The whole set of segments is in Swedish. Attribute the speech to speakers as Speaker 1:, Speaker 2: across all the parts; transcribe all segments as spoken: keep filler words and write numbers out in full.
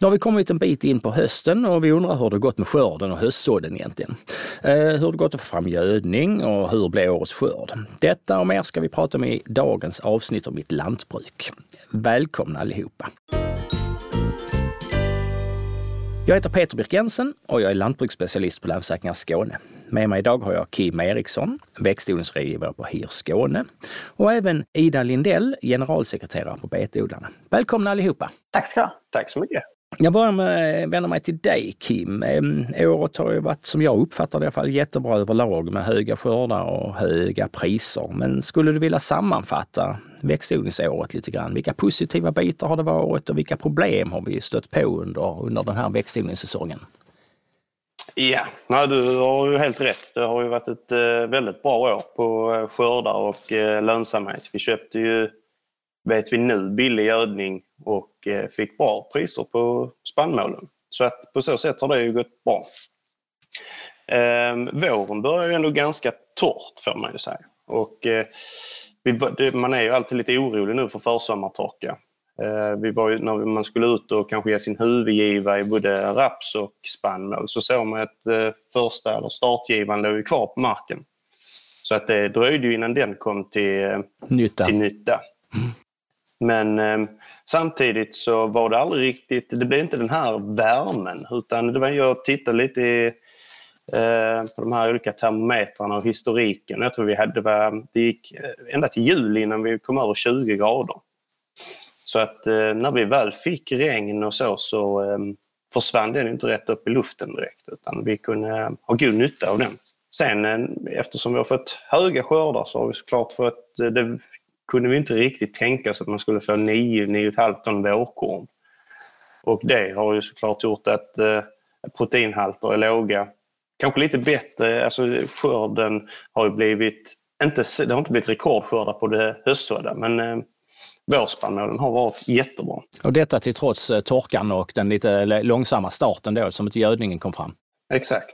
Speaker 1: Nu har vi kommit en bit in på hösten och vi undrar hur det gått med skörden och höstsådden egentligen. Eh, hur det gått att få fram gödning och hur blev årets skörd? Detta och mer ska vi prata om i dagens avsnitt om mitt lantbruk. Välkomna allihopa! Jag heter Peter Birk Jensen och jag är lantbruksspecialist på Länsförsäkringar Skåne. Med mig idag har jag Kim Eriksson, växtodlingsrådgivare på Hirs Skåne och även Ida Lindell, generalsekreterare på Betodlarna. Välkomna allihopa!
Speaker 2: Tack ska du ha.
Speaker 3: Tack så mycket!
Speaker 1: Jag börjar med att vända mig till dig, Kim. Året har ju varit, som jag uppfattar det i alla fall, jättebra överlag med höga skördar och höga priser. Men skulle du vilja sammanfatta växtodlingsåret lite grann? Vilka positiva bitar har det varit och vilka problem har vi stött på under, under den här växtodlingssäsongen?
Speaker 3: Ja, nej, du har ju helt rätt. Det har ju varit ett eh, väldigt bra år på skördar och eh, lönsamhet. Vi köpte ju, vet vi nu, billig gödning och eh, fick bra priser på spannmålen. Så att på så sätt har det ju gått bra. Eh, våren börjar ju ändå ganska torrt får man ju säga. Och eh, vi, det, man är ju alltid lite orolig nu för försommartorka. Eh, vi var ju, när man skulle ut och kanske ge sin huvudgiva i både raps och spannmål så såg man att eh, första eller startgivan låg kvar på marken. Så att det dröjde ju innan den kom till eh,
Speaker 1: nytta. Till nytta.
Speaker 3: Mm. Men eh, samtidigt så var det aldrig riktigt, det blev inte den här värmen utan det var jag tittade lite i, eh, på de här olika termometrarna och historiken. Jag tror vi hade, det, var, det gick ända till juli innan vi kom över tjugo grader. Så att eh, när vi väl fick regn och så så eh, försvann den inte rätt upp i luften direkt utan vi kunde eh, ha god nytta av den. Sen eh, eftersom vi har fått höga skördar så har vi såklart fått eh, det kunde vi inte riktigt tänka oss att man skulle få nio till nio komma fem ton vårkorn. Och det har ju såklart gjort att eh, proteinhalter är låga. Kanske lite bättre, alltså skörden har ju blivit, inte, det har inte blivit rekordskördar på det höstsådda, men eh, vårspannmålen har varit jättebra.
Speaker 1: Och detta till trots eh, torkan och den lite långsamma starten då som inte gödningen kom fram.
Speaker 3: Exakt.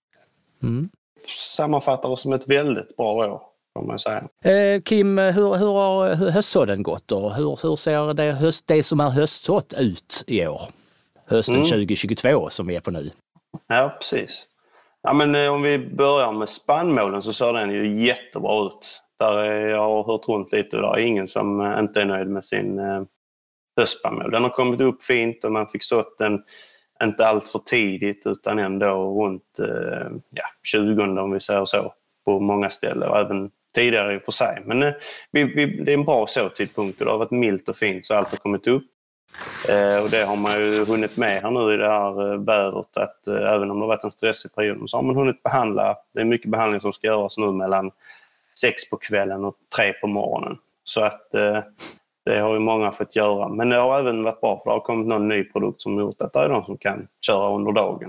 Speaker 3: Mm. Sammanfattar det som ett väldigt bra år. Man säga.
Speaker 1: Eh, Kim, hur, hur har höstsådden gått och hur, hur ser det, höst, det som är höstsått ut i år? Hösten mm. tjugo tjugotvå som vi är på nu.
Speaker 3: Ja, precis. Ja, men, eh, om vi börjar med spannmålen så ser den ju jättebra ut. Där är, jag har hört runt lite och det är ingen som eh, inte är nöjd med sin eh, höstspannmål. Den har kommit upp fint och man fick sått den inte allt för tidigt utan ändå runt eh, ja, tjugo om vi säger så på många ställen och även tidigare i och för sig. Men eh, vi, vi, det är en bra såtidpunkt och det har varit milt och fint så allt har kommit upp. Eh, och det har man ju hunnit med här nu i det här eh, vädret att eh, även om det har varit en stressig period så har man hunnit behandla, det är mycket behandling som ska göras nu mellan sex på kvällen och tre på morgonen. Så att eh, det har ju många fått göra. Men det har även varit bra för det har kommit någon ny produkt som gjort att det är de som kan köra under dagen.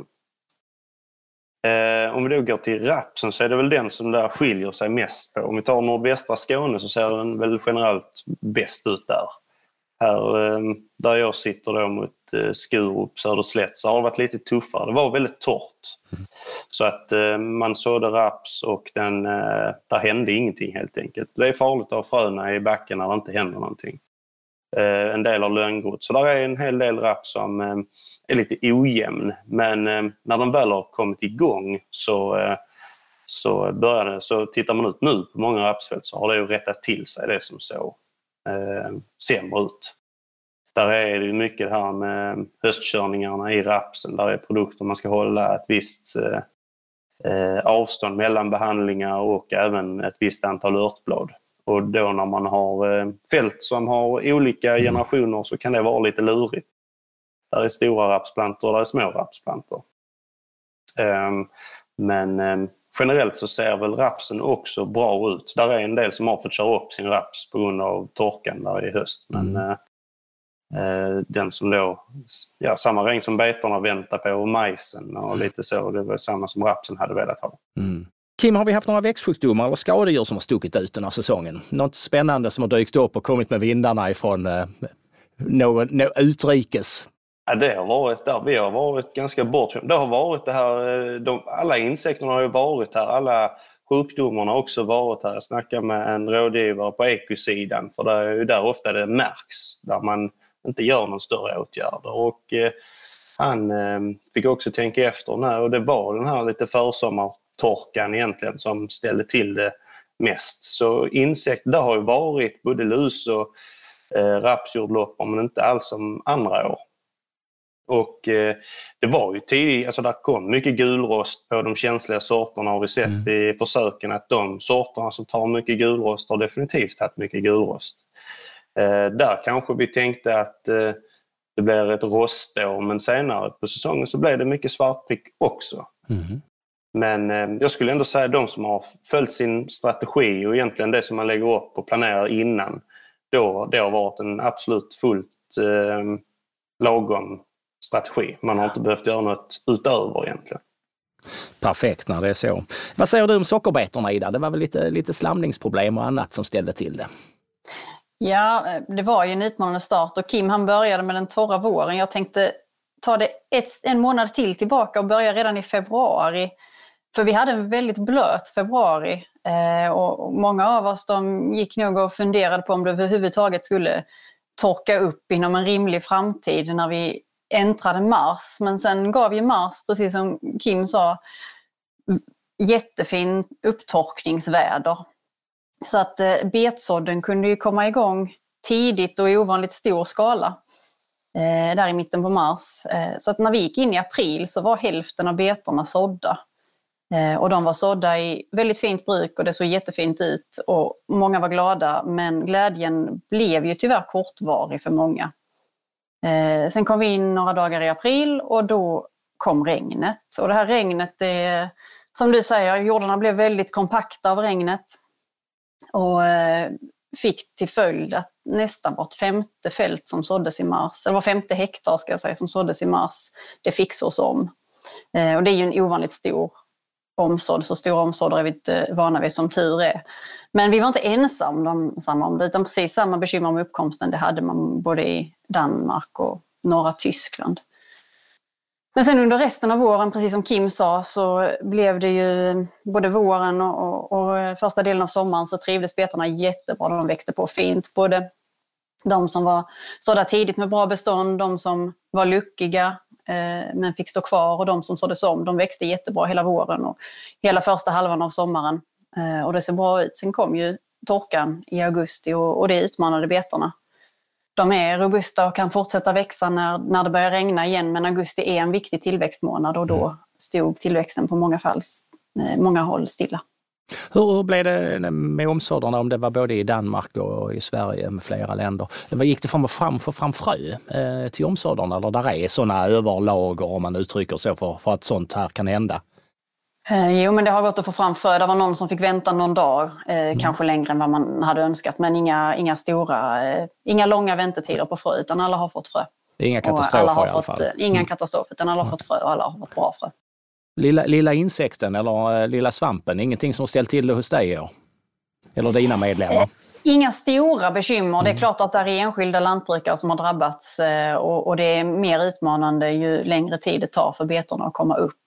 Speaker 3: Eh, om vi då går till rapsen så är det väl den som där skiljer sig mest på. Om vi tar nordvästra Skåne så ser den väl generellt bäst ut där. Här eh, där jag sitter då mot eh, Skurup, Söderslätt så har det varit lite tuffare. Det var väldigt torrt. Mm. Så att eh, man sådde raps och den, eh, där hände ingenting helt enkelt. Det är farligt att ha fröna i backen när det inte händer någonting. Eh, en del har lönngrott. Så där är en hel del raps som eh, är lite ojämn. Men eh, när de väl har kommit igång så, eh, så börjar det, så tittar man ut nu på många rapsfält så har det ju rättat till sig det som så eh, sämre ut. Där är det mycket här med höstkörningarna i rapsen. Där är produkter man ska hålla ett visst eh, avstånd mellan behandlingar och även ett visst antal örtblad. Och då när man har eh, fält som har olika generationer så kan det vara lite lurigt. Där är stora rapsplantor och där är små rapsplantor. Eh, men eh, generellt så ser väl rapsen också bra ut. Där är en del som har fått köra upp sin raps på grund av torkan där i höst. Men eh, den som då, ja, samma regn som betorna väntar på och majsen och lite så, det var samma som rapsen hade velat ha. Mm.
Speaker 1: Kim, har vi haft några växtsjukdomar eller skadedjur som har stuckit ut den här säsongen? Något spännande som har dykt upp och kommit med vindarna ifrån eh, någon, någon utrikes?
Speaker 3: Ja, det har varit där. Vi har varit ganska bortskämda. Det har varit det här, de, alla insekterna har ju varit här, alla sjukdomarna har också varit här. Jag snackade med en rådgivare på ekosidan för det är ju där ofta det märks, där man inte gör någon större åtgärder. Och eh, han eh, fick också tänka efter när, och det var den här lite försommartorkan egentligen som ställde till det mest. Så insekter, det har ju varit både lus och eh, rapsjordloppor, men inte alls som andra år. Och eh, det var ju tidigt, alltså där kom mycket gulrost på de känsliga sorterna, har vi sett mm. i försöken att de sorterna som tar mycket gulrost har definitivt haft mycket gulrost. Eh, där kanske vi tänkte att eh, det blir ett rostår, men senare på säsongen så blev det mycket svartprick också. Mm. Men eh, jag skulle ändå säga de som har följt sin strategi och egentligen det som man lägger upp och planerar innan, då det har varit en absolut fullt eh, lagom strategi. Man har inte behövt göra något utöver egentligen.
Speaker 1: Perfekt när det är så. Vad säger du om sockerbetorna, Ida? Det var väl lite, lite slamningsproblem och annat som ställde till det.
Speaker 2: Ja, det var ju en utmanande start och Kim han började med den torra våren. Jag tänkte ta det ett, en månad till tillbaka och börja redan i februari. För vi hade en väldigt blöt februari eh, och många av oss de gick nog och funderade på om det överhuvudtaget skulle torka upp inom en rimlig framtid när vi äntrade mars. Men sen gav ju mars, precis som Kim sa, jättefin upptorkningsväder. Så att eh, betsådden kunde ju komma igång tidigt och i ovanligt stor skala eh, där i mitten på mars. Eh, så att när vi gick in i april så var hälften av betorna sådda. Eh, och de var sådda i väldigt fint bruk och det såg jättefint ut och många var glada, men glädjen blev ju tyvärr kortvarig för många. Eh, sen kom vi in några dagar i april och då kom regnet. Och det här regnet, det, som du säger, jordarna blev väldigt kompakta av regnet. Och eh, fick till följd att nästan vart femte fält som såddes i mars, eller var femte hektar ska jag säga som såddes i mars, det fick sås om. Eh, och det är ju en ovanligt stor omsådd, så stora omsåddar är vi inte vana vid som tur är. Men vi var inte ensamma om det, utan precis samma bekymmer med uppkomsten det hade man både i Danmark och norra Tyskland. Men sen under resten av våren, precis som Kim sa, så blev det ju både våren och, och, och första delen av sommaren så trivdes betorna jättebra. De växte på fint. Både de som var sådda tidigt med bra bestånd, de som var luckiga eh, men fick stå kvar och de som såddes om, de växte jättebra hela våren och hela första halvan av sommaren. Eh, och det ser bra ut. Sen kom ju torkan i augusti och, och det utmanade betorna. De är robusta och kan fortsätta växa när, när det börjar regna igen, men augusti är en viktig tillväxtmånad och då stod tillväxten på många, fall, många håll stilla.
Speaker 1: Hur, hur blev det med omsåddarna, om det var både i Danmark och i Sverige med flera länder? Vad gick det fram och fram för fram frö eh, till omsåddarna, eller där är sådana överlager om man uttrycker så för, för att sånt här kan hända?
Speaker 2: Eh, jo, men det har gått att få fram frö. Det var någon som fick vänta någon dag, eh, mm. kanske längre än vad man hade önskat. Men inga, inga stora, eh, inga långa väntetider på frö, utan alla har fått frö.
Speaker 1: Inga katastrofer
Speaker 2: alla har
Speaker 1: i alla
Speaker 2: fått,
Speaker 1: fall.
Speaker 2: Eh, inga mm. katastrofer, utan alla har fått frö och alla har fått bra frö.
Speaker 1: Lilla, lilla insekten eller eh, lilla svampen, ingenting som ställt till det hos dig i år? Eller dina medlemmar? Eh,
Speaker 2: inga stora bekymmer. Mm. Det är klart att det är enskilda lantbrukare som har drabbats eh, och, och det är mer utmanande ju längre tid det tar för betorna att komma upp.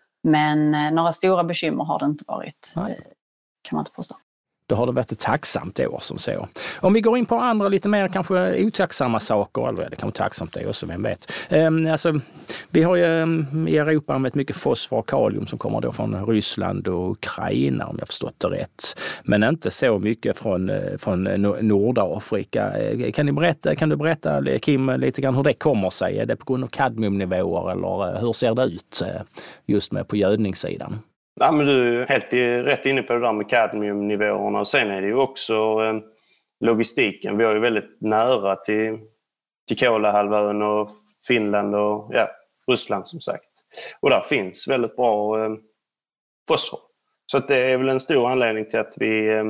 Speaker 2: Men eh, några stora bekymmer har det inte varit, eh, kan man inte påstå.
Speaker 1: Då har det varit ett tacksamt år som så. Om vi går in på andra lite mer kanske otacksamma saker, eller det kan vara tacksamt det också, vem vet. Um, alltså, vi har ju um, i Europa med mycket fosfor och kalium som kommer då från Ryssland och Ukraina, om jag förstått det rätt. Men inte så mycket från, uh, från Nordafrika. Uh, kan, ni berätta, kan du berätta, Kim, lite grann hur det kommer sig? Är det på grund av kadmiumnivåer eller uh, hur ser det ut uh, just med på gödningssidan?
Speaker 3: Ja, men du är helt rätt inne på det där med kadmiumnivåerna. Och sen är det ju också eh, logistiken. Vi är ju väldigt nära till, till Kolahalvön och Finland och ja, Ryssland som sagt. Och där finns väldigt bra eh, fosfor. Så att det är väl en stor anledning till att vi eh,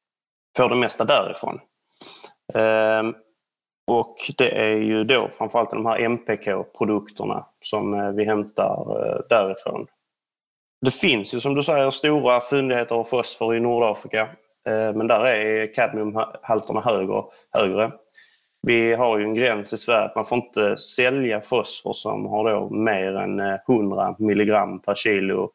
Speaker 3: får det mesta därifrån. Eh, och det är ju då framförallt de här M P K-produkterna som eh, vi hämtar eh, därifrån. Det finns ju som du säger stora fyndigheter av fosfor i Nordafrika, men där är kadmiumhalterna högre, högre. Vi har ju en gräns i Sverige att man får inte sälja fosfor som har då mer än hundra milligram per kilo,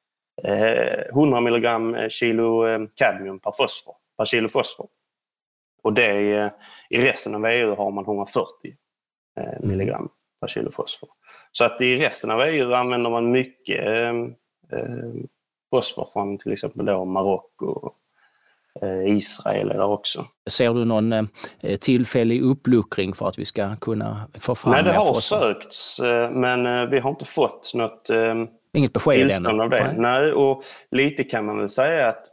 Speaker 3: hundra milligram kilo kadmium per fosfor, per kilo fosfor. Och det är, i resten av E U har man hundrafyrtio. eh, milligram per kilo fosfor. Så att i resten av E U använder man mycket eh, eh, fosfor från till exempel då Marocko och eh, Israel där också.
Speaker 1: Ser du någon eh, tillfällig uppluckring för att vi ska kunna få fram
Speaker 3: Nej, det har
Speaker 1: fosfor?
Speaker 3: sökts, eh, men eh, vi har inte fått något eh,
Speaker 1: Inget besked
Speaker 3: tillstånd av det.
Speaker 1: Nej.
Speaker 3: Nej, och lite kan man väl säga att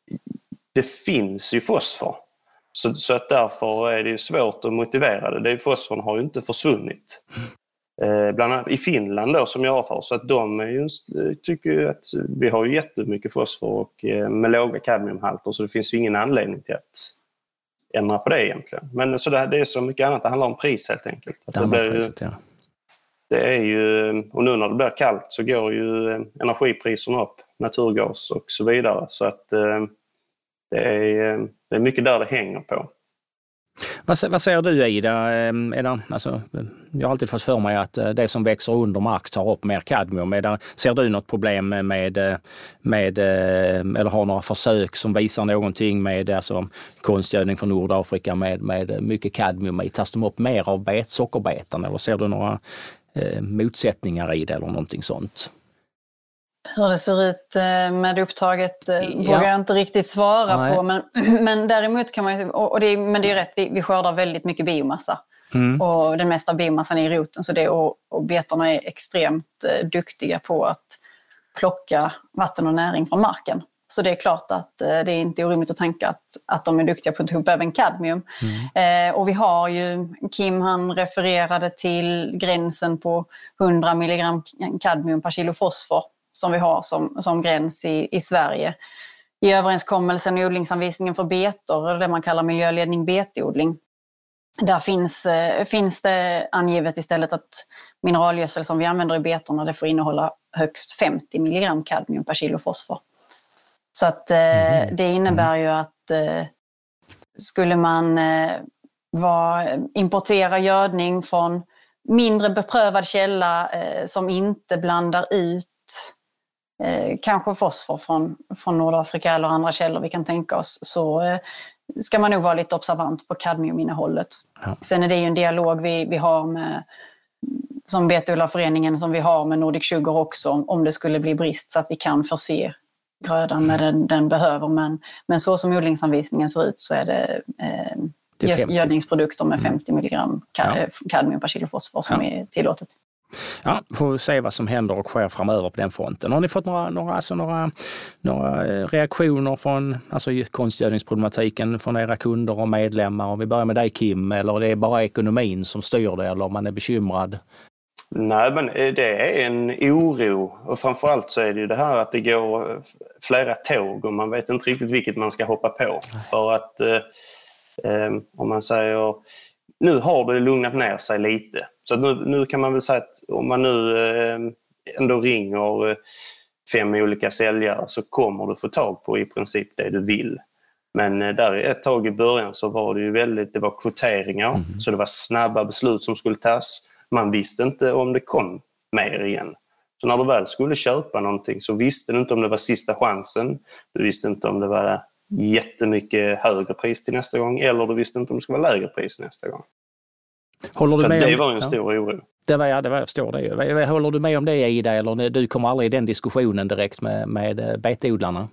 Speaker 3: det finns ju fosfor. Så, så att därför är det ju svårt att motivera det. det fosforn har ju inte försvunnit. Eh, bland annat i Finland då, som jag har för. Så att de är just, tycker ju att vi har ju jättemycket fosfor och eh, med låga kadmiumhalter, så det finns ju ingen anledning till att ändra på det egentligen. Men så det, det är så mycket annat, det handlar om pris helt enkelt. Att
Speaker 1: det,
Speaker 3: det, blir,
Speaker 1: priset, ja.
Speaker 3: det är ju, och nu när det blir kallt så går ju energipriserna upp, naturgas och så vidare. Så att eh, det, är, det är mycket där det hänger på.
Speaker 1: Vad, vad säger du, Ida? Är det, alltså, jag har alltid fått för mig att det som växer under mark tar upp mer kadmium. Är det, ser du något problem med, med, eller har några försök som visar någonting med alltså, konstgödning från Nordafrika med, med mycket kadmium i? Tas de upp mer av bet, sockerbetan, eller ser du några eh, motsättningar i det eller någonting sånt?
Speaker 2: Hur det ser ut med upptaget
Speaker 1: Ja.
Speaker 2: vågar jag inte riktigt svara
Speaker 1: Nej.
Speaker 2: på. Men, men däremot kan man ju, och det är, men det är rätt, vi, vi skördar väldigt mycket biomassa.
Speaker 1: Mm.
Speaker 2: Och den mesta biomassan är i roten. Så det, och, och betorna är extremt eh, duktiga på att plocka vatten och näring från marken. Så det är klart att eh, det är inte orimligt att tänka att, att de är duktiga på att ta upp även kadmium. Mm. Eh, och vi har ju, Kim han refererade till gränsen på hundra milligram kadmium per kilo fosfor som vi har som, som gräns i, i Sverige. I överenskommelsen i odlingsanvisningen för betor, det man kallar miljöledning betodling, där finns, eh, finns det angivet istället att mineralgödsel som vi använder i betorna, det får innehålla högst femtio milligram kadmium per kilo fosfor. Så att eh, mm. det innebär ju att eh, skulle man eh, var, importera gödning från mindre beprövad källa eh, som inte blandar ut Eh, kanske fosfor från, från Nordafrika eller andra källor vi kan tänka oss, så eh, ska man nog vara lite observant på kadmiuminnehållet. Ja. Sen är det ju en dialog vi, vi har med, som betodlarföreningen som vi har med Nordic Sugar också, om, om det skulle bli brist, så att vi kan förse grödan med den, den behöver. Men, men så som odlingsanvisningen ser ut så är det, eh, det är gödningsprodukter med femtio milligram kad, ja. kadmium per kilo fosfor som ja. är tillåtet.
Speaker 1: Ja, får vi se vad som händer och sker framöver på den fronten. Har ni fått några, några, alltså några, några reaktioner från alltså konstgödningsproblematiken från era kunder och medlemmar? Om vi börjar med dig, Kim, eller det är bara ekonomin som styr det, eller om man är bekymrad?
Speaker 3: Nej, men det är en oro, och framförallt så är det ju det här att det går flera tåg och man vet inte riktigt vilket man ska hoppa på. För att eh, om man säger, nu har det lugnat ner sig lite. Så nu, nu kan man väl säga att om man nu eh, ändå ringer eh, fem olika säljare så kommer du få tag på i princip det du vill. Men eh, där ett tag i början så var det ju väldigt, det var kvoteringar, mm. så det var snabba beslut som skulle tas. Man visste inte om det kom mer igen. Så när du väl skulle köpa någonting så visste du inte om det var sista chansen. Du visste inte om det var jättemycket högre pris till nästa gång, eller du visste inte om det skulle vara lägre pris nästa gång.
Speaker 1: Håller du
Speaker 3: så
Speaker 1: med
Speaker 3: det
Speaker 1: om,
Speaker 3: var en
Speaker 1: ja.
Speaker 3: stor oro.
Speaker 1: Det var, ja, det var, jag förstår det. Håller du med om det, Ida, eller du kommer aldrig i den diskussionen direkt med, med betodlarna?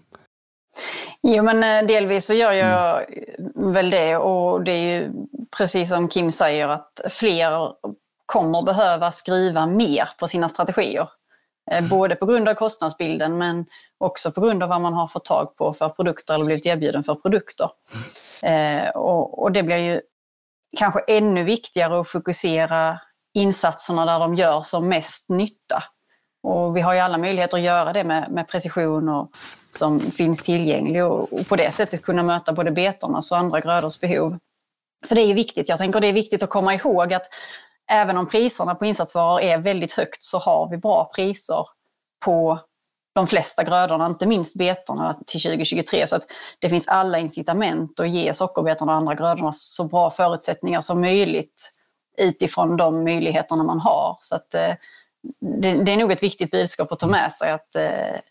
Speaker 2: Jo, men delvis så gör jag mm. väl det, och det är ju precis som Kim säger att fler kommer behöva skriva mer på sina strategier. Mm. Både på grund av kostnadsbilden men också på grund av vad man har fått tag på för produkter eller blivit erbjuden för produkter. Mm. Eh, och, och det blir ju kanske ännu viktigare att fokusera insatserna där de gör som mest nytta. Och vi har ju alla möjligheter att göra det med, med precision och, som finns tillgänglig, och, och på det sättet kunna möta både betornas och andra grödors behov. För det är ju viktigt, jag tänker det är viktigt att komma ihåg att även om priserna på insatsvaror är väldigt högt så har vi bra priser på de flesta grödorna, inte minst betorna till tjugo tjugotre. Så att det finns alla incitament att ge sockerbetorna och andra grödorna så bra förutsättningar som möjligt utifrån de möjligheterna man har. Så att, eh, det, det är nog ett viktigt budskap att ta med sig att, eh,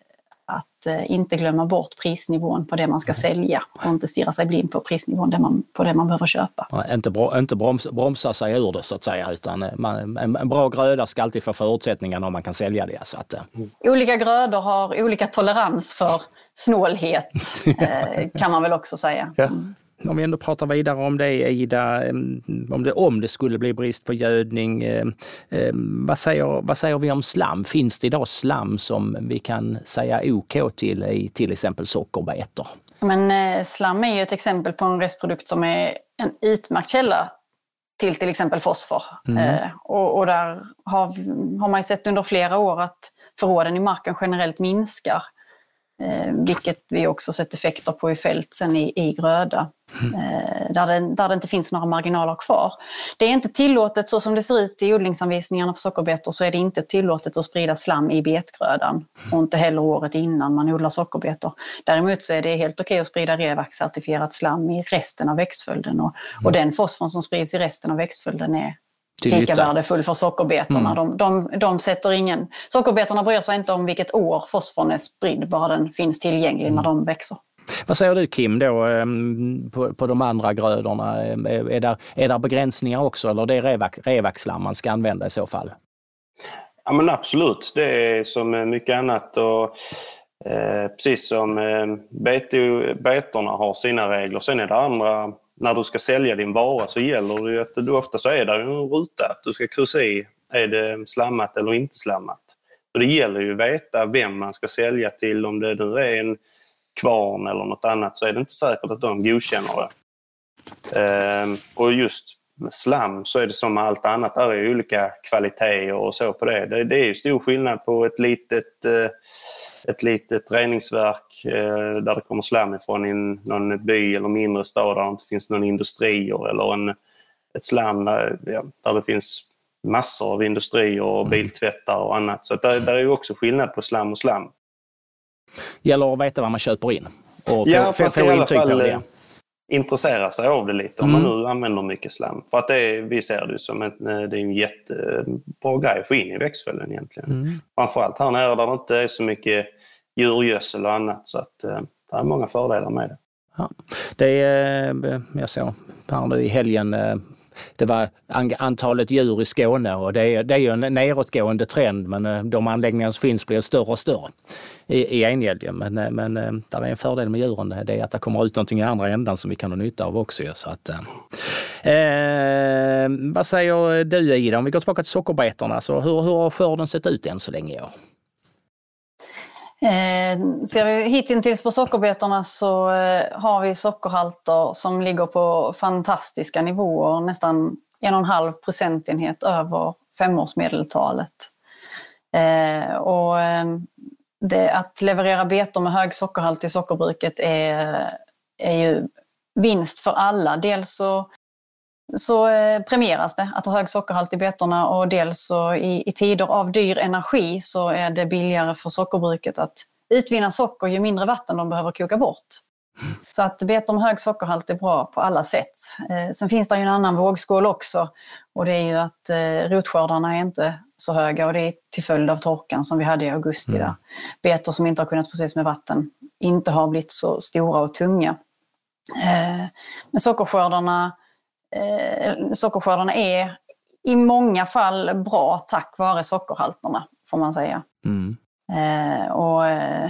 Speaker 2: att eh, inte glömma bort prisnivån på det man ska sälja och inte stirra sig blind på prisnivån där man, på det man behöver köpa.
Speaker 1: Ja, inte bro, inte bromsa, bromsa sig ur det så att säga, utan man, en, en bra gröda ska alltid få förutsättningar när man kan sälja det. Så att,
Speaker 2: mm. Olika grödor har olika tolerans för snålhet eh, kan man väl också säga. Mm.
Speaker 1: Om vi ändå pratar vidare om det, Ida, om det, om det skulle bli brist på gödning, eh, eh, vad, säger, vad säger vi om slam? Finns det idag slam som vi kan säga OK till i till exempel sockerbetor?
Speaker 2: Men eh, slam är ju ett exempel på en restprodukt som är en utmärkt källa till till exempel fosfor. Mm. Eh, och, och där har, har man ju sett under flera år att förråden i marken generellt minskar. Eh, vilket vi också sett effekter på i fält sen i, i gröda. Mm. Eh, där, det, där det inte finns några marginaler kvar. Det är inte tillåtet, så som det ser ut i odlingsanvisningarna för sockerbetor, så är det inte tillåtet att sprida slam i betgrödan. Mm. Och inte heller året innan man odlar sockerbetor. Däremot så är det helt okej att sprida Revac-certifierat slam i resten av växtföljden. Och, mm. och den fosforn som sprids i resten av växtföljden är lika värdefull för sockerbetorna. Mm. De, de, de sätter ingen... Sockerbetorna bryr sig inte om vilket år fosforn är spridd, bara den finns tillgänglig mm. när de växer.
Speaker 1: Vad säger du, Kim, då, på, på de andra grödorna? Är där, är där begränsningar också, eller det är Revac, Revac-slam man ska använda i så fall?
Speaker 3: Ja, men absolut. Det är som mycket annat. Och, eh, precis som eh, betorna har sina regler. Sen är det andra... När du ska sälja din vara så gäller det ju att du ofta så är det en ruta att du ska kryssa i, är det slammat eller inte slammat. Och det gäller ju att veta vem man ska sälja till. Om det nu är en kvarn eller något annat så är det inte säkert att de godkänner det. Ehm, och just med slam så är det som med allt annat, där är olika kvaliteter och så på det. Det, det är ju stor skillnad på ett litet... Eh, ett litet reningsverk eh, där det kommer slam ifrån i någon by eller mindre stad där det inte finns någon industrier, eller en, ett slam där, ja, där det finns massor av industrier och biltvättar och annat. Så där, där är ju också skillnad på slam och slam.
Speaker 1: Gäller att veta vad man köper in. Och
Speaker 3: ja, man ska i alla fall intressera sig av det lite om mm. man nu använder mycket slam. För att det är, vi ser det som ett, det är en jättebra grej att få in i växtföljden egentligen. Mm. Framförallt här nere där det inte är så mycket djurgödsel och annat, så att det är många fördelar med det.
Speaker 1: Ja, det är, jag såg här nu i helgen, det var antalet djur i Skåne, och det är, det är ju en nedåtgående trend, men de anläggningar som finns blir större och större i, i enhjälpen. Men, men där är en fördel med djuren, det är att det kommer ut någonting i andra ändan som vi kan ha nytta av också. Så att, eh, vad säger du, Ida, om vi går tillbaka till sockerbetorna, så hur, hur har skörden sett ut än så länge i år?
Speaker 2: Eh, ser vi hittills på sockerbetorna så eh, har vi sockerhalter som ligger på fantastiska nivåer, nästan en och en halv procentenhet över femårsmedeltalet. Eh, och eh, det, att leverera betor med hög sockerhalt i sockerbruket är, är ju vinst för alla. Dels så så premieras det att ha hög sockerhalt i betorna, och dels så i, i tider av dyr energi så är det billigare för sockerbruket att utvinna socker ju mindre vatten de behöver koka bort. Så att betor med hög sockerhalt är bra på alla sätt. Eh, sen finns det ju en annan vågskål också, och det är ju att eh, rotskördarna är inte så höga, och det är till följd av torkan som vi hade i augusti mm. där betor som inte har kunnat förses med vatten inte har blivit så stora och tunga. Eh, men sockerskördarna Eh, sockerskördarna är i många fall bra tack vare sockerhalterna, får man säga. Mm. Eh, och,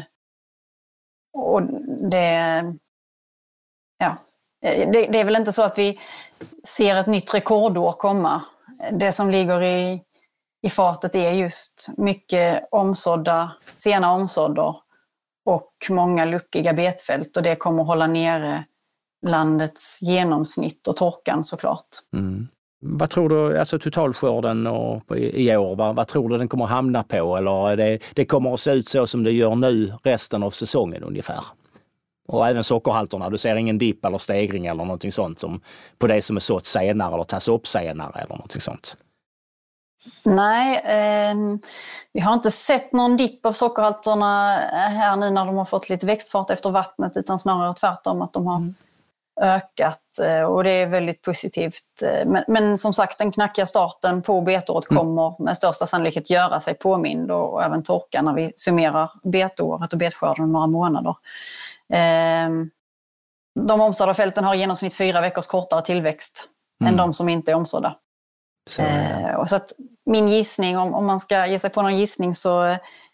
Speaker 2: och det, ja, det, det är väl inte så att vi ser ett nytt rekordår komma. Det som ligger i, i fatet är just mycket omsådda, sena omsådder och många luckiga betfält, och det kommer att hålla nere landets genomsnitt och torkan såklart. Mm.
Speaker 1: Vad tror du, alltså totalskörden och, i, i år, vad, vad tror du den kommer att hamna på? Eller det, det kommer att se ut så som det gör nu resten av säsongen ungefär? Och även sockerhalterna, du ser ingen dipp eller stegring eller någonting sånt som på det som är sått senare eller tas upp senare eller någonting sånt?
Speaker 2: Nej, eh, vi har inte sett någon dipp av sockerhalterna här nu när de har fått lite växtfart efter vattnet, utan snarare tvärtom att de har mm. ökat och det är väldigt positivt. Men, men som sagt, den knackiga starten på betåret kommer med största sannolikhet göra sig påmind och, och även torka när vi summerar betåret och betskörden om några månader. Eh, de omsådda fälten har i genomsnitt fyra veckors kortare tillväxt mm. än de som inte är omsådda. Så, eh, och så att min gissning, om, om man ska ge sig på någon gissning, så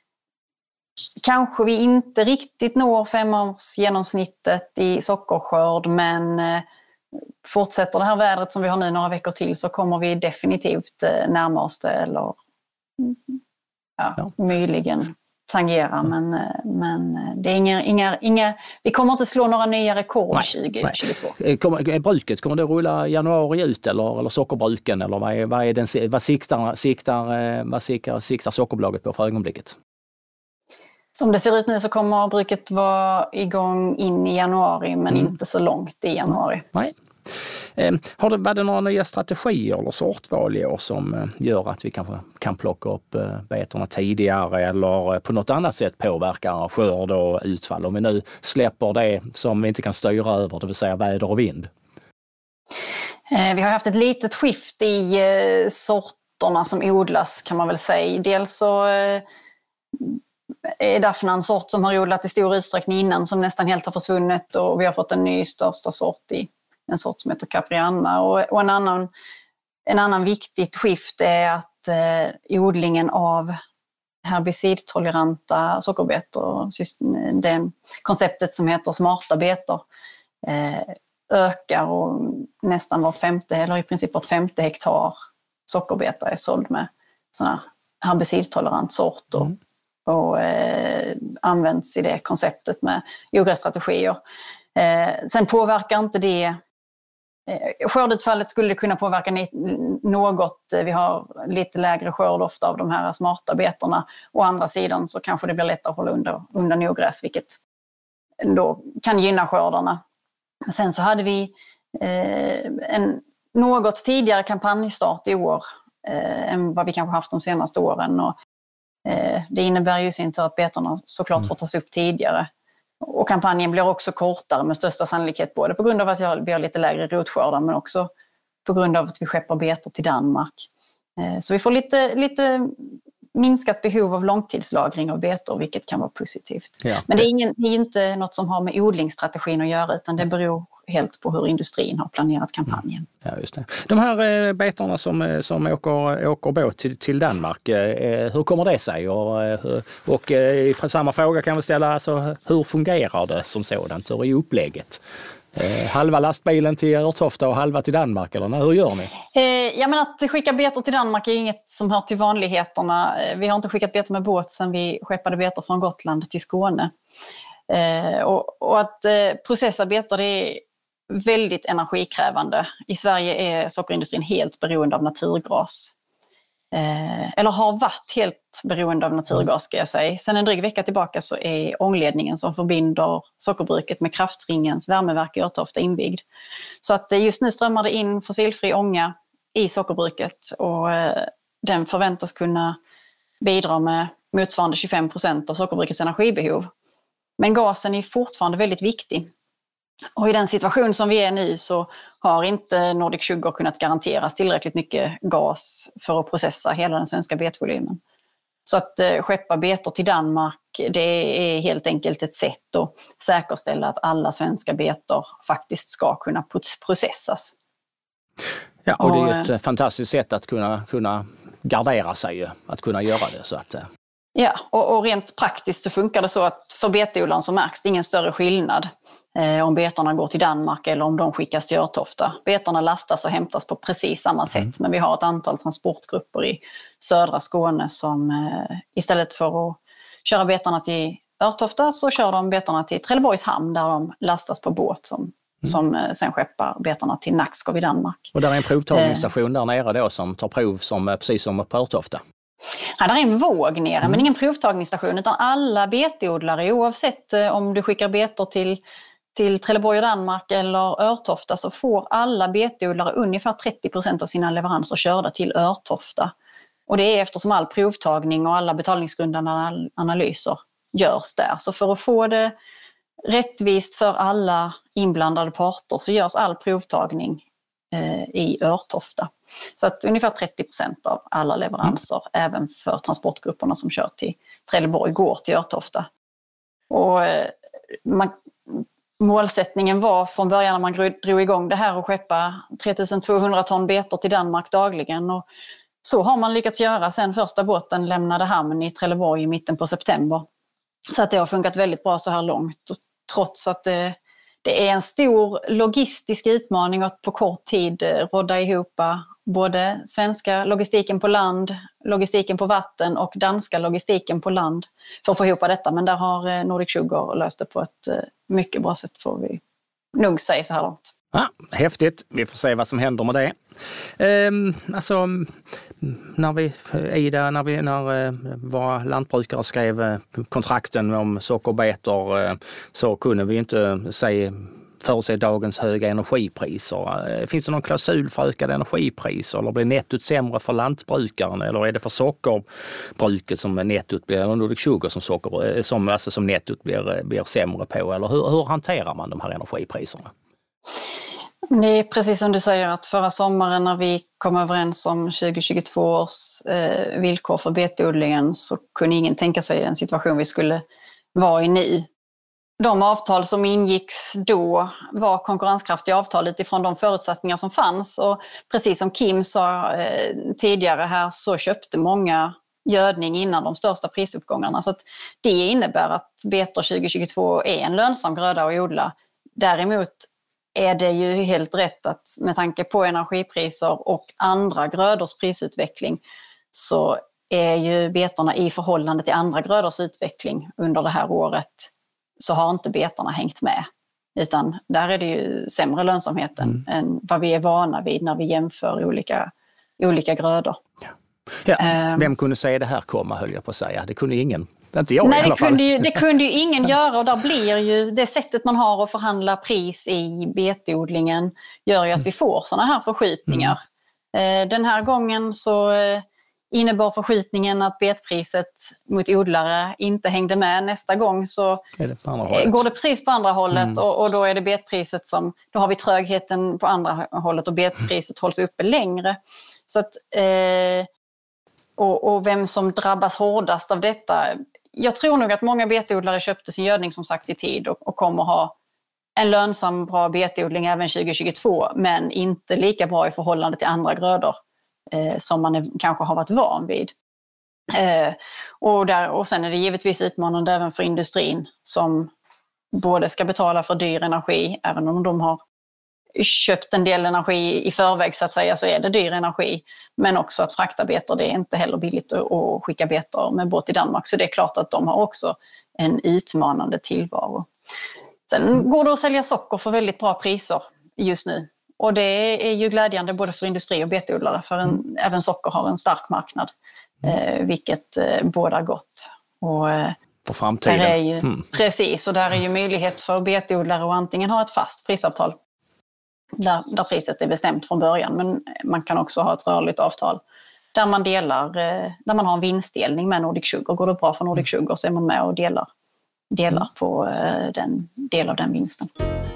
Speaker 2: kanske vi inte riktigt når femårsgenomsnittet i sockerskörd, men eh, fortsätter det här vädret som vi har nu några veckor till, så kommer vi definitivt eh, närma oss det, eller ja, ja. möjligen tangera, mm. men, men det är inga, inga, inga, vi kommer inte slå några nya rekord tjugo tjugotvå.
Speaker 1: Kommer, bruket, kommer det rulla januari ut eller, eller sockerbruken, eller vad, är, vad, är den, vad, siktar, siktar, vad siktar, siktar Sockerbolaget på för ögonblicket?
Speaker 2: Som det ser ut nu så kommer bruket vara igång in i januari, men mm. inte så långt i januari.
Speaker 1: Nej. Eh, har det, var det några nya strategier eller sortval i år som eh, gör att vi kanske kan plocka upp eh, betorna tidigare, eller eh, på något annat sätt påverkar skörd och utfall, om vi nu släpper det som vi inte kan styra över, det vill säga väder och vind?
Speaker 2: Eh, vi har haft ett litet skift i eh, sorterna som odlas, kan man väl säga. Dels så eh, är Daphna en sort som har odlat i stor utsträckning innan, som nästan helt har försvunnit, och vi har fått en ny största sort i en sort som heter Capriana. Och, och en, annan, en annan viktigt skift är att eh, odlingen av herbicidtoleranta sockerbetor, det konceptet som heter smarta betor, eh, ökar, och nästan vart femte, eller i princip vart femte hektar sockerbeta är såld med sån här herbicidtolerant sort och, mm. och eh, används i det konceptet med ogrässtrategier. Eh, sen påverkar inte det eh, skördeutfallet, skulle det kunna påverka något. Vi har lite lägre skörd ofta av de här smarta betorna. Å andra sidan så kanske det blir lättare att hålla undan, undan ogräs, vilket då kan gynna skördarna. Sen så hade vi eh, en något tidigare kampanjstart i år eh, än vad vi kanske haft de senaste åren. Och, eh, det innebär ju sin tur att betorna såklart får tas upp tidigare. Och kampanjen blir också kortare med största sannolikhet, både på grund av att vi har lite lägre rotskördar, men också på grund av att vi skeppar betor till Danmark. Så vi får lite, lite minskat behov av långtidslagring av betor, vilket kan vara positivt. Ja. Men det är, ingen, det är inte något som har med odlingsstrategin att göra, utan det beror helt på hur industrin har planerat kampanjen.
Speaker 1: Ja, just det. De här betorna som, som åker, åker båt till, till Danmark, eh, hur kommer det sig? Och, och eh, samma fråga kan vi ställa, alltså, hur fungerar det som sådant? Hur är upplägget? Eh, halva lastbilen till Örtofta och halva till Danmark, eller hur gör ni?
Speaker 2: Eh, ja, men att skicka betor till Danmark är inget som hör till vanligheterna. Vi har inte skickat betor med båt sedan vi skeppade betor från Gotland till Skåne. Eh, och, och att eh, processa betor, det är väldigt energikrävande. I Sverige är sockerindustrin helt beroende av naturgas. Eh, eller har varit helt beroende av naturgas, ska jag säga. Sen en dryg vecka tillbaka så är ångledningen som förbinder sockerbruket med Kraftringens värmeverk i Örtofta invigd. Så att just nu strömmar det in fossilfri ånga i sockerbruket, och eh, den förväntas kunna bidra med motsvarande tjugofem procent av sockerbrukets energibehov. Men gasen är fortfarande väldigt viktig. Och i den situation som vi är nu så har inte Nordic Sugar kunnat garanteras tillräckligt mycket gas för att processa hela den svenska betvolymen. Så att eh, skeppa betor till Danmark, det är helt enkelt ett sätt att säkerställa att alla svenska betor faktiskt ska kunna processas.
Speaker 1: Ja, och det är ett och, fantastiskt sätt att kunna, kunna gardera sig, att kunna göra det. Så att,
Speaker 2: ja, och, och rent praktiskt så funkar det så att för betodlaren så märks det ingen större skillnad eh, om betorna går till Danmark eller om de skickas till Örtofta. Betorna lastas och hämtas på precis samma sätt, mm. men vi har ett antal transportgrupper i södra Skåne som eh, istället för att köra betorna till Örtofta så kör de betorna till Trelleborgs hamn, där de lastas på båt som, mm. som eh, sen skeppar betorna till Nakskov i Danmark.
Speaker 1: Och där är en provtagningsstation eh. där nere då som tar prov som, precis som på Örtofta?
Speaker 2: Ja, där är en våg nere, mm. men ingen provtagningsstation, utan alla betodlare, oavsett om du skickar betor till, till Trelleborg och Danmark eller Örtofta, så får alla betodlare ungefär trettio procent av sina leveranser körda till Örtofta. Och det är eftersom all provtagning och alla betalningsgrundande analyser görs där. Så för att få det rättvist för alla inblandade parter så görs all provtagning eh, i Örtofta. Så att ungefär trettio procent av alla leveranser, mm. även för transportgrupperna som kör till Trelleborg, går till Örtofta. Och eh, man, målsättningen var från början när man drog igång det här att skeppa tre tusen tvåhundra ton betor till Danmark dagligen. Och så har man lyckats göra sen första båten lämnade hamn i Trelleborg i mitten på september. Så att det har funkat väldigt bra så här långt. Och trots att det, det är en stor logistisk utmaning att på kort tid rodda ihop både svenska logistiken på land, logistiken på vatten och danska logistiken på land för att få ihop detta. Men där har Nordic Sugar löst det på ett mycket bra sätt, får vi nog säga så här långt.
Speaker 1: Ja, häftigt. Vi får se vad som händer med det. Ehm, alltså, när vi, Ida, när, vi, när våra lantbrukare skrev kontrakten om sockerbetor så kunde vi inte säga förutse dagens höga energipriser. Finns det någon klausul för ökade energipriser eller blir nettot sämre för lantbrukaren eller är det för sockerbruket som nettot blir, eller Nordic Sugar som, socker, som, alltså som nettot blir, blir sämre på? Eller hur, hur hanterar man de här energipriserna?
Speaker 2: Det är precis som du säger att förra sommaren när vi kom överens om tjugo tjugotvå års eh, villkor för betodlingen så kunde ingen tänka sig den situation vi skulle vara i nu. De avtal som ingicks då var konkurrenskraftiga avtal utifrån de förutsättningar som fanns. Och precis som Kim sa eh, tidigare här så köpte många gödning innan de största prisuppgångarna. Så att det innebär att betor tjugo tjugotvå är en lönsam gröda att odla. Däremot är det ju helt rätt att med tanke på energipriser och andra grödors prisutveckling så är ju betorna i förhållande till andra grödors utveckling under det här året så har inte betorna hängt med. Utan där är det ju sämre lönsamhet mm. än vad vi är vana vid när vi jämför olika, olika grödor.
Speaker 1: Ja. Ja. Um, Vem kunde säga det här komma, höll jag på att säga. Det kunde ingen. Inte jag,
Speaker 2: nej,
Speaker 1: i alla
Speaker 2: det
Speaker 1: fall.
Speaker 2: kunde, ju, det kunde ju ingen göra och där blir ju det sättet man har att förhandla pris i betodlingen gör ju att vi får sådana här förskjutningar. Mm. Den här gången så innebar förskjutningen att betpriset mot odlare inte hängde med. Nästa gång så
Speaker 1: det
Speaker 2: går det precis på andra hållet mm. och, och då är det betpriset som, då har vi trögheten på andra hållet och betpriset mm. hålls uppe längre. Så att, eh, och, och vem som drabbas hårdast av detta, jag tror nog att många betodlare köpte sin gödning som sagt i tid och, och kommer ha en lönsam bra betodling även tjugo tjugotvå men inte lika bra i förhållande till andra grödor eh, som man är, kanske har varit van vid. Eh, och, där, och sen är det givetvis utmanande även för industrin som både ska betala för dyr energi, även om de har köpt en del energi i förväg så att säga så är det dyr energi. Men också att frakta betor, det är inte heller billigt att skicka betor med båt i Danmark. Så det är klart att de har också en utmanande tillvaro. Sen går det att sälja socker för väldigt bra priser just nu. Och det är ju glädjande både för industri och betodlare för en, mm. även socker har en stark marknad. Eh, vilket eh, bådar gott. Och, eh,
Speaker 1: för framtiden.
Speaker 2: Är ju,
Speaker 1: mm.
Speaker 2: Precis, och där är ju möjlighet för betodlare att antingen ha ett fast prisavtal Där, där priset är bestämt från början, men man kan också ha ett rörligt avtal där man delar, där man har en vinstdelning med Nordic Sugar. Går det bra för Nordic Sugar så är man med och delar, delar på den del av den vinsten.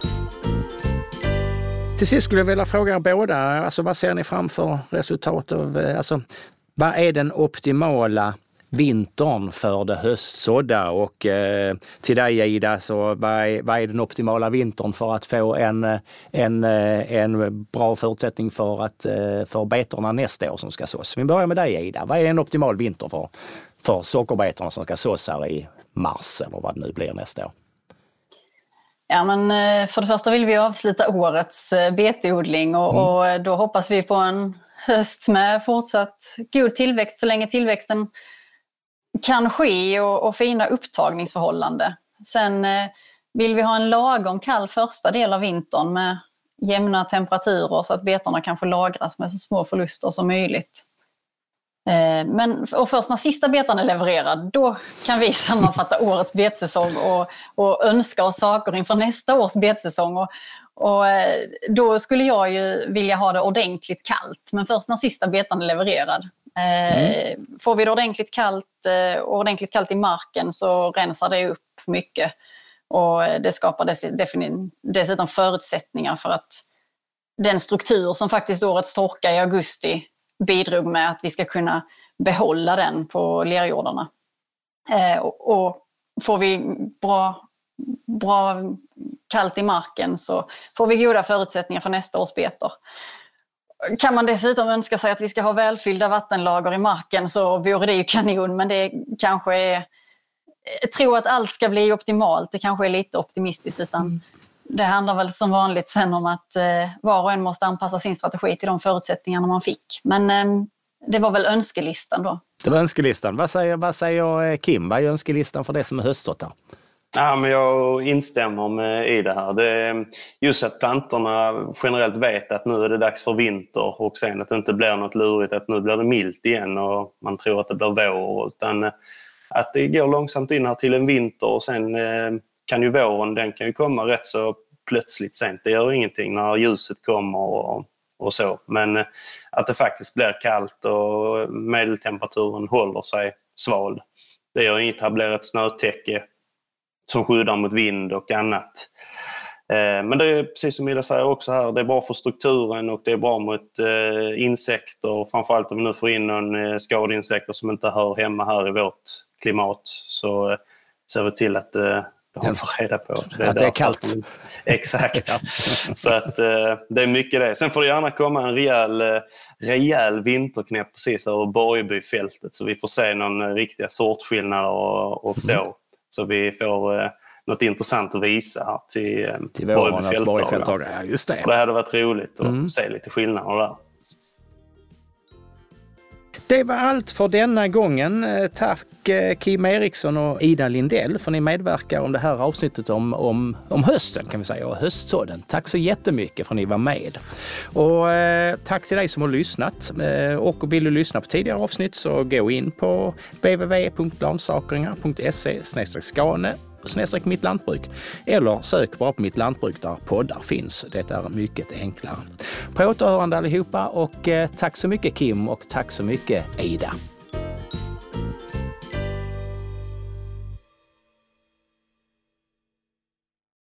Speaker 1: Till sist skulle jag vilja fråga er båda, alltså vad ser ni framför resultat av, alltså vad är den optimala vintern för det höstsådda och eh, till dig Ida, så vad är, vad är den optimala vintern för att få en, en, en bra förutsättning för, att, för betorna nästa år som ska sås? Vi börjar med dig Ida, vad är en optimal vinter för, för sockerbetorna som ska sås här i mars eller vad det nu blir nästa år?
Speaker 2: Ja, men för det första vill vi avsluta årets betodling och, mm. och då hoppas vi på en höst med fortsatt god tillväxt så länge tillväxten kan ske och, och fina upptagningsförhållande. Sen eh, vill vi ha en lagom kall första del av vintern med jämna temperaturer så att betorna kan få lagras med så små förluster som möjligt. Eh, men, och först när sista betan är levererad, då kan vi sammanfatta årets betsäsong och, och önska oss saker inför nästa års betsäsong. Och, och eh, då skulle jag ju vilja ha det ordentligt kallt, men först när sista betan är levererad. Mm. Får vi det ordentligt kallt, ordentligt kallt i marken så rensar det upp mycket Och det skapar dessutom förutsättningar för att den struktur som faktiskt årets torka i augusti bidrog med att vi ska kunna behålla den på lerjordarna. Eh, och, och får vi bra, bra kallt i marken så får vi goda förutsättningar för nästa års betor. Kan man dessutom önska sig att vi ska ha välfyllda vattenlager i marken så vore det ju kanon, men det kanske är... Jag tror att allt ska bli optimalt, det kanske är lite optimistiskt, utan mm. det handlar väl som vanligt sen om att eh, var och en måste anpassa sin strategi till de förutsättningarna man fick. Men eh, det var väl önskelistan då.
Speaker 1: Det var önskelistan. Vad säger, vad säger Kim? Vad är önskelistan för det som är höstsådda?
Speaker 3: Ja, men jag instämmer med i det här. Det är just att plantorna generellt vet att nu är det dags för vinter och sen att det inte blir något lurigt, att nu blir det milt igen och man tror att det blir vår. Utan att det går långsamt in här till en vinter och sen kan ju våren, den kan ju komma rätt så plötsligt sent. Det gör ingenting när ljuset kommer och, och så. Men att det faktiskt blir kallt och medeltemperaturen håller sig sval. Det gör inget, här blir ett snötäcke som skyddar mot vind och annat. Men det är precis som Ida säger också här, det är bra för strukturen och det är bra mot insekter. Framförallt om vi nu får in någon skadeinsekter som inte hör hemma här i vårt klimat, så ser vi till att de får reda på.
Speaker 1: Det är, att det är kallt.
Speaker 3: Man... Exakt. Så att det är mycket det. Sen får det gärna komma en rejäl, rejäl vinterknäpp precis över Borgbyfältet så vi får se någon riktiga sortskillnader och, och så. Mm. Så vi får eh, något intressant att visa här till, eh,
Speaker 1: till Borgbyfältet. Ja, just det.
Speaker 3: Och det hade varit roligt att mm. se lite skillnader där.
Speaker 1: Det var allt för denna gången. Tack Kim Eriksson och Ida Lindell för ni medverkar om det här avsnittet om, om, om hösten kan vi säga, och höstsådden. Tack så jättemycket för att ni var med. Och eh, tack till dig som har lyssnat. Eh, och vill du lyssna på tidigare avsnitt så gå in på w w w punkt landsakringar punkt se slash skane snedstreck mitt lantbruk eller sök bara på mitt lantbruk där poddar finns. Det är mycket enklare. På återhörande allihopa och eh, tack så mycket Kim och tack så mycket Ida.